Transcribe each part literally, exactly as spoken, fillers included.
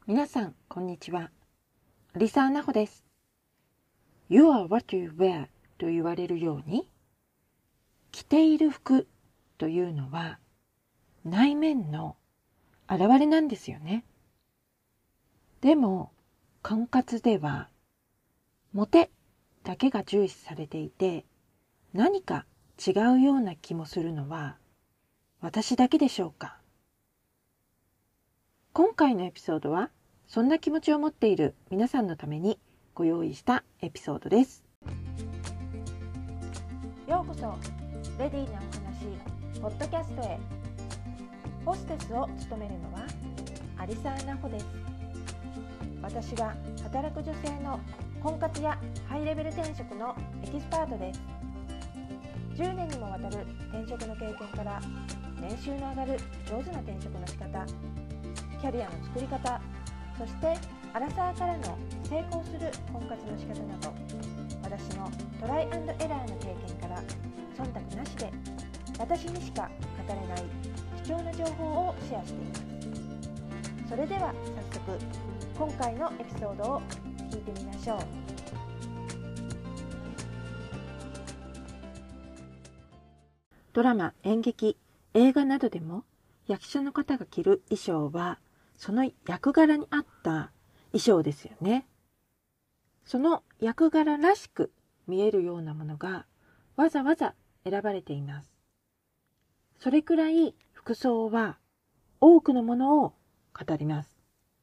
皆さん、こんにちは。アリサーナホです。You are what you wear と言われるように、着ている服というのは内面の表れなんですよね。でも、婚活では、モテだけが重視されていて、何か違うような気もするのは、私だけでしょうか。今回のエピソードは、そんな気持ちを持っている皆さんのためにご用意したエピソードです。ようこそレディーなお話ポッドキャストへ。ホステスを務めるのはアリサーナホです。私は働く女性の婚活やハイレベル転職のエキスパートです。じゅうねんにもわたる転職の経験から、年収の上がる上手な転職の仕方、キャリアの作り方、そしてアラサーからの成功する婚活の仕方など、私のトライアンドエラーの経験から忖度なしで私にしか語れない貴重な情報をシェアしています。それでは早速今回のエピソードを聞いてみましょう。ドラマ、演劇、映画などでも役者の方が着る衣装はその役柄に合った衣装ですよね。その役柄らしく見えるようなものがわざわざ選ばれています。それくらい服装は多くのものを語ります。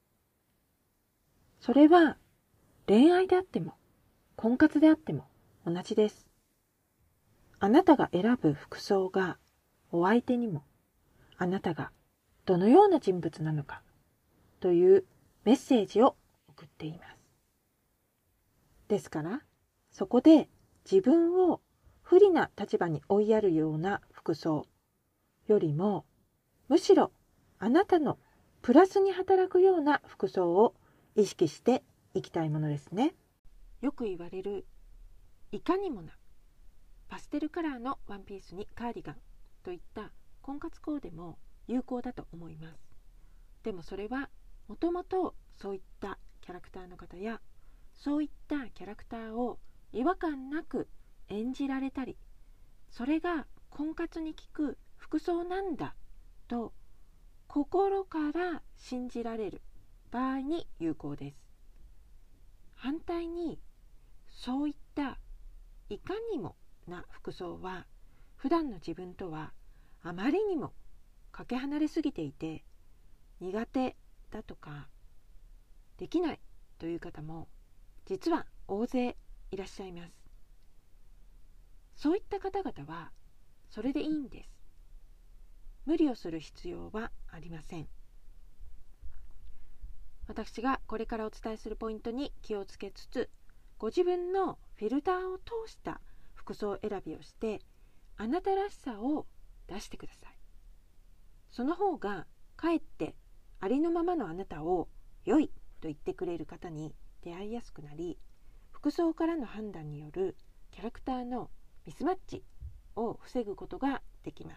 それは恋愛であっても婚活であっても同じです。あなたが選ぶ服装がお相手にもあなたがどのような人物なのかというメッセージを送っています。ですから、そこで自分を不利な立場に追いやるような服装よりも、むしろあなたのプラスに働くような服装を意識していきたいものですね。よく言われる、いかにもなパステルカラーのワンピースにカーディガンといった婚活コーデも有効だと思います。でもそれはもともとそういったキャラクターの方やそういったキャラクターを違和感なく演じられたり、それが婚活に効く服装なんだと心から信じられる場合に有効です。反対にそういったいかにもな服装は普段の自分とはあまりにもかけ離れすぎていて苦手だとかできないという方も実は大勢いらっしゃいます。そういった方々はそれでいいんです。無理をする必要はありません。私がこれからお伝えするポイントに気をつけつつ、ご自分のフィルターを通した服装選びをしてあなたらしさを出してください。その方がかえってありのままのあなたを良いと言ってくれる方に出会いやすくなり、服装からの判断によるキャラクターのミスマッチを防ぐことができます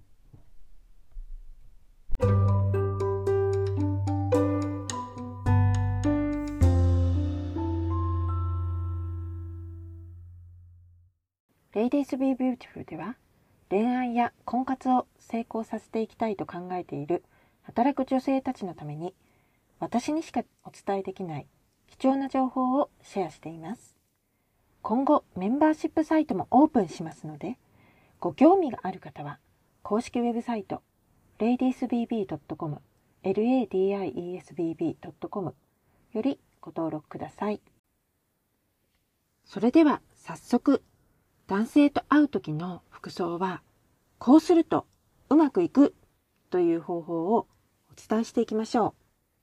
。Ladies Be Beautiful では恋愛や婚活を成功させていきたいと考えている働く女性たちのために、私にしかお伝えできない貴重な情報をシェアしています。今後メンバーシップサイトもオープンしますので、ご興味がある方は公式ウェブサイト レイディースビービードットコム ラディースビービードットコム よりご登録ください。それでは早速、男性と会う時の服装はこうするとうまくいくという方法をお伝えしていきましょ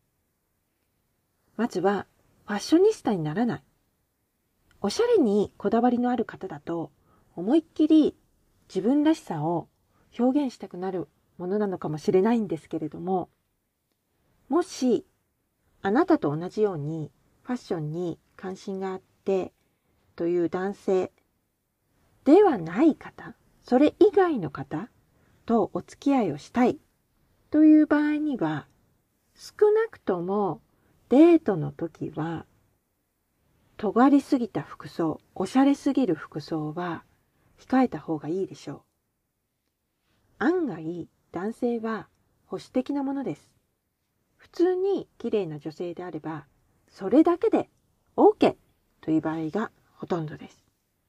う。まずはファッショニスタにならない。おしゃれにこだわりのある方だと思いっきり自分らしさを表現したくなるものなのかもしれないんですけれども、もしあなたと同じようにファッションに関心があってという男性ではない方、それ以外の方とお付き合いをしたいという場合には、少なくともデートの時は尖りすぎた服装、おしゃれすぎる服装は控えた方がいいでしょう。案外男性は保守的なものです。普通に綺麗な女性であればそれだけで OK という場合がほとんどです。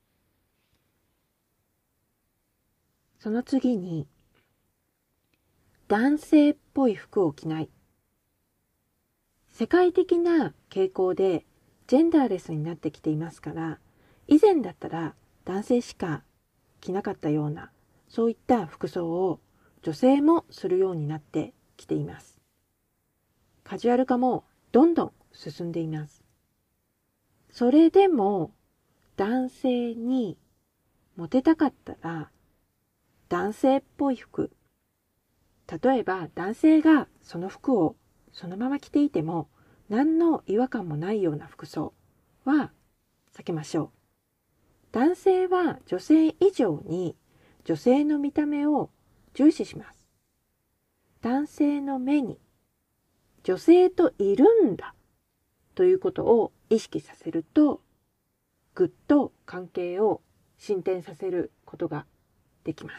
その次に男性っぽい服を着ない。世界的な傾向でジェンダーレスになってきていますから、以前だったら男性しか着なかったようなそういった服装を女性もするようになってきています。カジュアル化もどんどん進んでいます。それでも男性にモテたかったら男性っぽい服、例えば男性がその服をそのまま着ていても何の違和感もないような服装は避けましょう。男性は女性以上に女性の見た目を重視します。男性の目に女性といるんだということを意識させると、ぐっと関係を進展させることができます。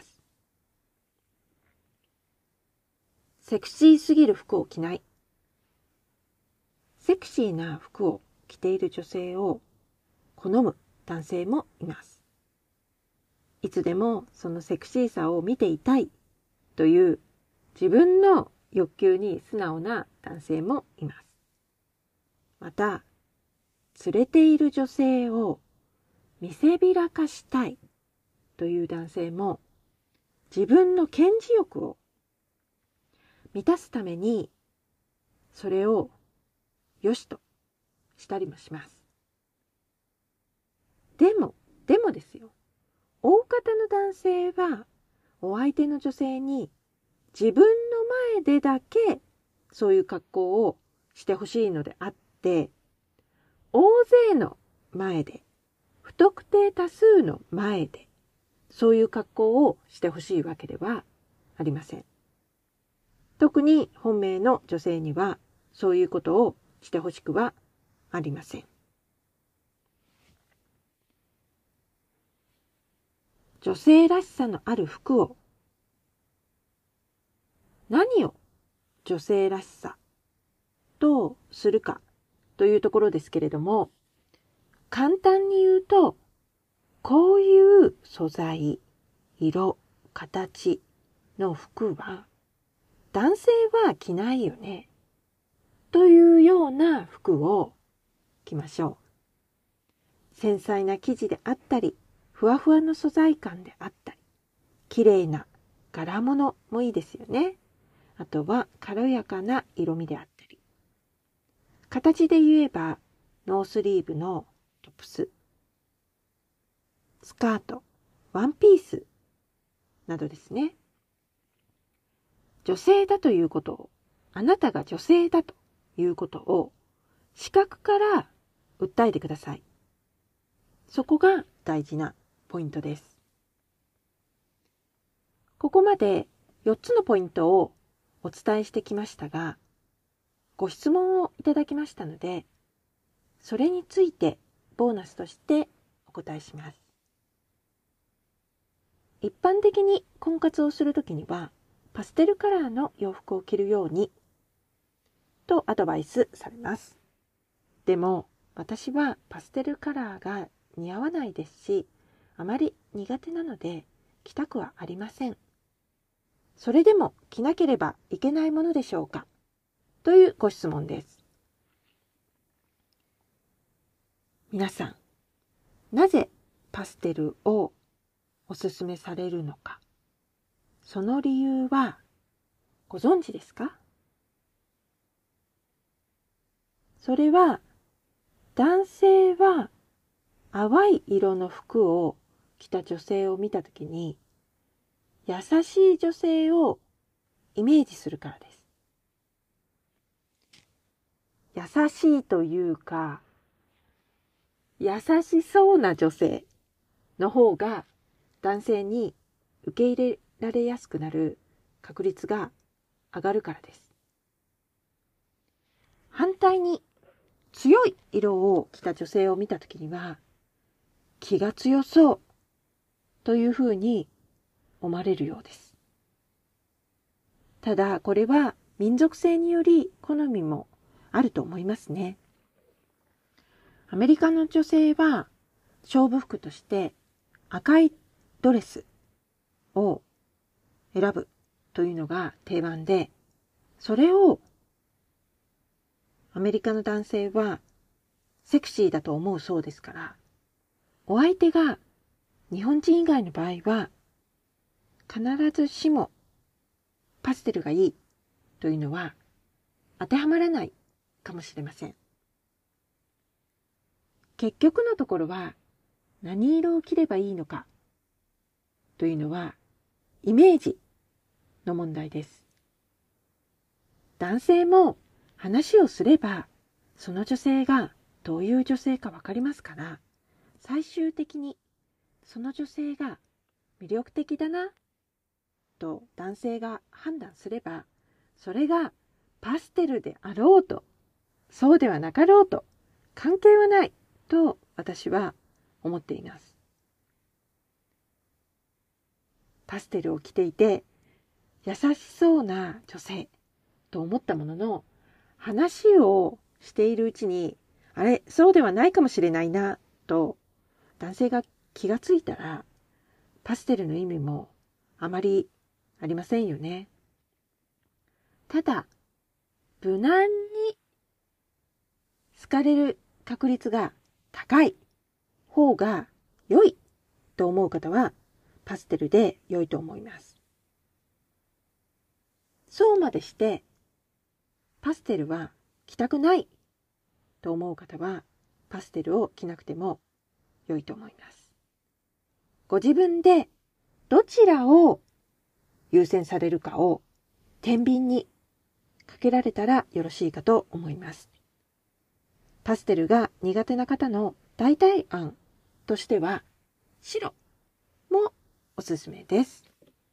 セクシーすぎる服を着ない。セクシーな服を着ている女性を好む男性もいます。いつでもそのセクシーさを見ていたいという自分の欲求に素直な男性もいます。また、連れている女性を見せびらかしたいという男性も自分の顕示欲を満たすためにそれを良しとしたりもします。でも、でもですよ。大方の男性はお相手の女性に自分の前でだけそういう格好をしてほしいのであって、大勢の前で、不特定多数の前でそういう格好をしてほしいわけではありません。特に本命の女性にはそういうことをしてほしくはありません。女性らしさのある服を、何を女性らしさとするかというところですけれども、簡単に言うと、こういう素材、色、形の服は男性は着ないよねというような服を着ましょう。繊細な生地であったり、ふわふわの素材感であったり、綺麗な柄物もいいですよね。あとは軽やかな色味であったり、形で言えばノースリーブのトップス、スカート、ワンピースなどですね。女性だということを、あなたが女性だということを視覚から訴えてください。そこが大事なポイントです。ここまでよっつのポイントをお伝えしてきましたが、ご質問をいただきましたので、それについてボーナスとしてお答えします。一般的に婚活をするときには、パステルカラーの洋服を着るようにとアドバイスされます。でも私はパステルカラーが似合わないですし、あまり苦手なので着たくはありません。それでも着なければいけないものでしょうかというご質問です。皆さん、なぜパステルをおすすめされるのか、その理由はご存知ですか？それは、男性は淡い色の服を着た女性を見たときに、優しい女性をイメージするからです。優しいというか、優しそうな女性の方が男性に受け入れられやすくなる確率が上がるからです。反対に強い色を着た女性を見たときには、気が強そうというふうに思われるようです。ただ、これは民族性により好みもあると思いますね。アメリカの女性は勝負服として赤いドレスを選ぶというのが定番で、それをアメリカの男性はセクシーだと思うそうですから、お相手が日本人以外の場合は必ずしもパステルがいいというのは当てはまらないかもしれません。結局のところは何色を着ればいいのかというのはイメージの問題です。男性も話をすればその女性がどういう女性かわかりますから、最終的にその女性が魅力的だなと男性が判断すれば、それがパステルであろうとそうではなかろうと関係はないと私は思っています。パステルを着ていて優しそうな女性と思ったものの、話をしているうちにあれそうではないかもしれないなと男性が気がついたら、パステルの意味もあまりありませんよね。ただ無難に好かれる確率が高い方が良いと思う方はパステルで良いと思います。そうまでしてパステルは着たくないと思う方はパステルを着なくても良いと思います。ご自分でどちらを優先されるかを天秤にかけられたらよろしいかと思います。パステルが苦手な方の代替案としては白もおすすめです。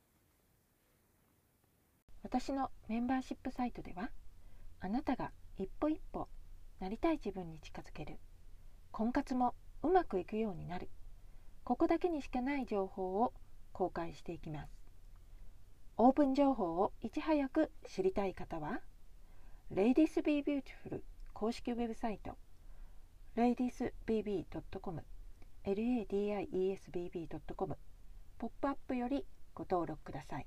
私のメンバーシップサイトでは、あなたが一歩一歩なりたい自分に近づける、婚活もうまくいくようになる、ここだけにしかない情報を公開していきます。オープン情報をいち早く知りたい方は Ladies Be Beautiful 公式ウェブサイト レイディースビービードットコム ラディースビービードットコム ポップアップよりご登録ください。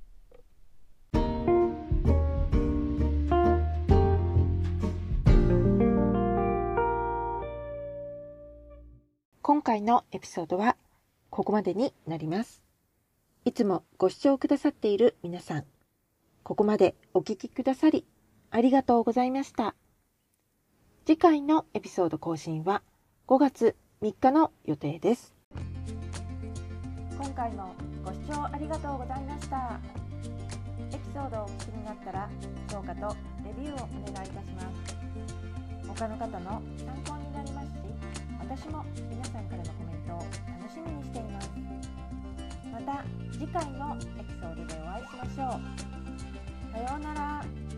今回のエピソードはここまでになります。いつもご視聴くださっている皆さん、ここまでお聞きくださりありがとうございました。次回のエピソード更新はごがつみっかの予定です。今回もご視聴ありがとうございました。エピソードをお聞きになったら評価とレビューをお願いいたします。他の方の参考になりますし、私も皆さんからのコメントを楽しみにしています。また次回のエピソードでお会いしましょう。さようなら。